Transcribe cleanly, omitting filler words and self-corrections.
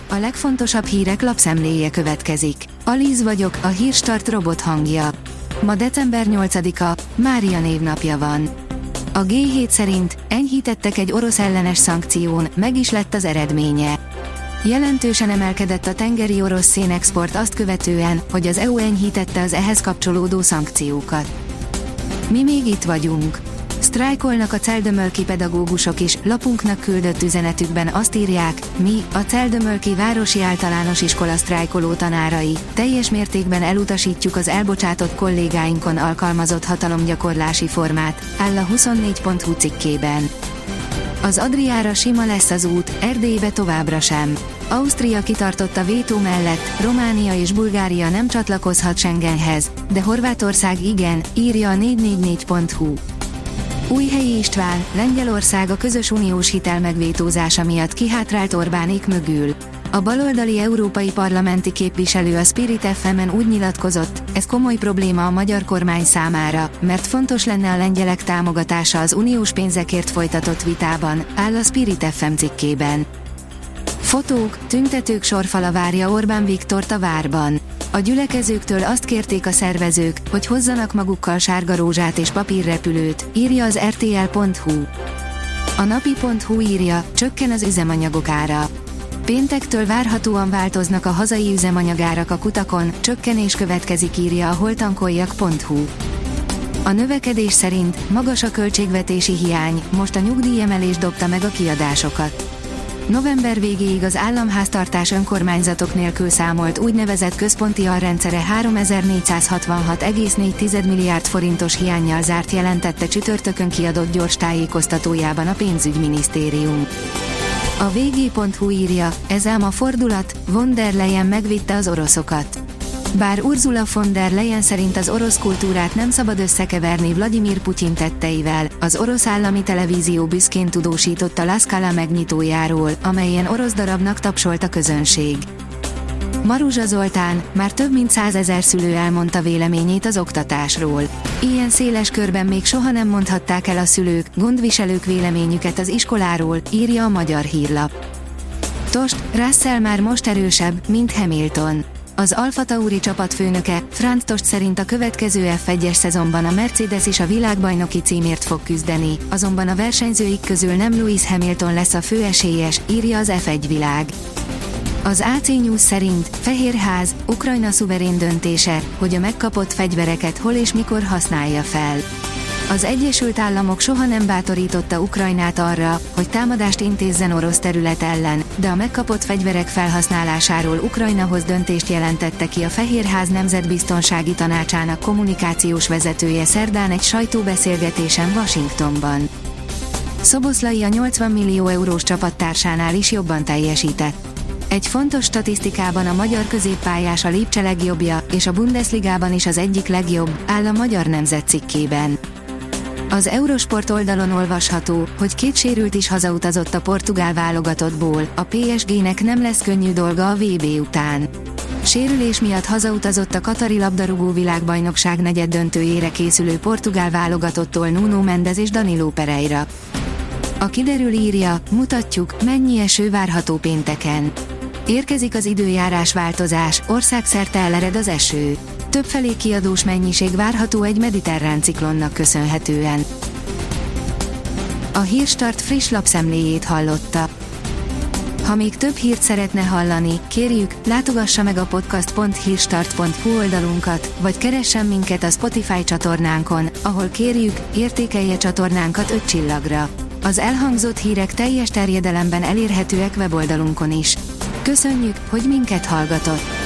A legfontosabb hírek lapszemléje következik. Alíz vagyok, a Hírstart robot hangja. Ma december 8-a, Mária névnapja van. A G7 szerint enyhítettek egy orosz ellenes szankción, meg is lett az eredménye. Jelentősen emelkedett a tengeri orosz szénexport azt követően, hogy az EU enyhítette az ehhez kapcsolódó szankciókat. Mi még itt vagyunk. Sztrájkolnak a celdömölki pedagógusok is, lapunknak küldött üzenetükben azt írják, mi, a Celdömölki Városi Általános Iskola sztrájkoló tanárai, teljes mértékben elutasítjuk az elbocsátott kollégáinkon alkalmazott hatalomgyakorlási formát, áll a 24.hu cikkében. Az Adriára sima lesz az út, Erdélybe továbbra sem. Ausztria kitartott a vétó mellett, Románia és Bulgária nem csatlakozhat Schengenhez, de Horvátország igen, írja a 444.hu. Újhelyi István, Lengyelország a közös uniós hitel megvétózása miatt kihátrált Orbánék mögül. A baloldali európai parlamenti képviselő a Spirit FM-en úgy nyilatkozott, ez komoly probléma a magyar kormány számára, mert fontos lenne a lengyelek támogatása az uniós pénzekért folytatott vitában, áll a Spirit FM cikkében. Fotók, tüntetők sorfala várja Orbán Viktort a várban. A gyülekezőktől azt kérték a szervezők, hogy hozzanak magukkal sárgarózsát és papírrepülőt, írja az rtl.hu. A napi.hu írja, csökken az üzemanyagok ára. Péntektől várhatóan változnak a hazai üzemanyagárak a kutakon, csökkenés következik, írja a holtankoljak.hu. A növekedés szerint magas a költségvetési hiány, most a nyugdíjemelés dobta meg a kiadásokat. November végéig az államháztartás önkormányzatok nélkül számolt úgynevezett központi alrendszere 3466,4 milliárd forintos hiánnyal zárt, jelentette csütörtökön kiadott gyors tájékoztatójában a pénzügyminisztérium. A vg.hu írja, ez ám a fordulat, von der Leyen megvitte az oroszokat. Bár Ursula von der Leyen szerint az orosz kultúrát nem szabad összekeverni Vladimir Putyin tetteivel, az orosz állami televízió büszkén tudósított a La Scala megnyitójáról, amelyen orosz darabnak tapsolt a közönség. Maruzsa Zoltán, már több mint 100 000 szülő elmondta véleményét az oktatásról. Ilyen széles körben még soha nem mondhatták el a szülők, gondviselők véleményüket az iskoláról, írja a Magyar Hírlap. Tost, Russell már most erősebb, mint Hamilton. Az Alfa Tauri csapatfőnöke, Franz Tost szerint a következő F1-es szezonban a Mercedes is a világbajnoki címért fog küzdeni, azonban a versenyzőik közül nem Lewis Hamilton lesz a főesélyes, írja az F1 világ. Az AC News szerint Fehérház, Ukrajna szuverén döntése, hogy a megkapott fegyvereket hol és mikor használja fel. Az Egyesült Államok soha nem bátorította Ukrajnát arra, hogy támadást intézzen orosz terület ellen, de a megkapott fegyverek felhasználásáról Ukrajnahoz döntést jelentette ki a Fehérház Nemzetbiztonsági Tanácsának kommunikációs vezetője szerdán egy sajtóbeszélgetésen Washingtonban. Szoboszlai a 80 millió eurós csapattársánál is jobban teljesített. Egy fontos statisztikában a magyar középpályás a Lipcse legjobbja, és a Bundesligában is az egyik legjobb, áll a Magyar Nemzet cikkében. Az Eurosport oldalon olvasható, hogy 2 sérült is hazautazott a portugál válogatottból, a PSG-nek nem lesz könnyű dolga a VB után. Sérülés miatt hazautazott a katari labdarúgó világbajnokság negyeddöntőjére készülő portugál válogatottól Nuno Mendes és Danilo Pereira. A Kiderül írja, mutatjuk, mennyi eső várható pénteken. Érkezik az időjárás változás, országszerte elered az eső. Többfelé kiadós mennyiség várható egy mediterrán ciklonnak köszönhetően. A Hírstart friss lapszemléjét hallotta. Ha még több hírt szeretne hallani, kérjük, látogassa meg a podcast.hírstart.hu oldalunkat, vagy keressen minket a Spotify csatornánkon, ahol kérjük, értékelje csatornánkat 5 csillagra. Az elhangzott hírek teljes terjedelemben elérhetőek weboldalunkon is. Köszönjük, hogy minket hallgatott!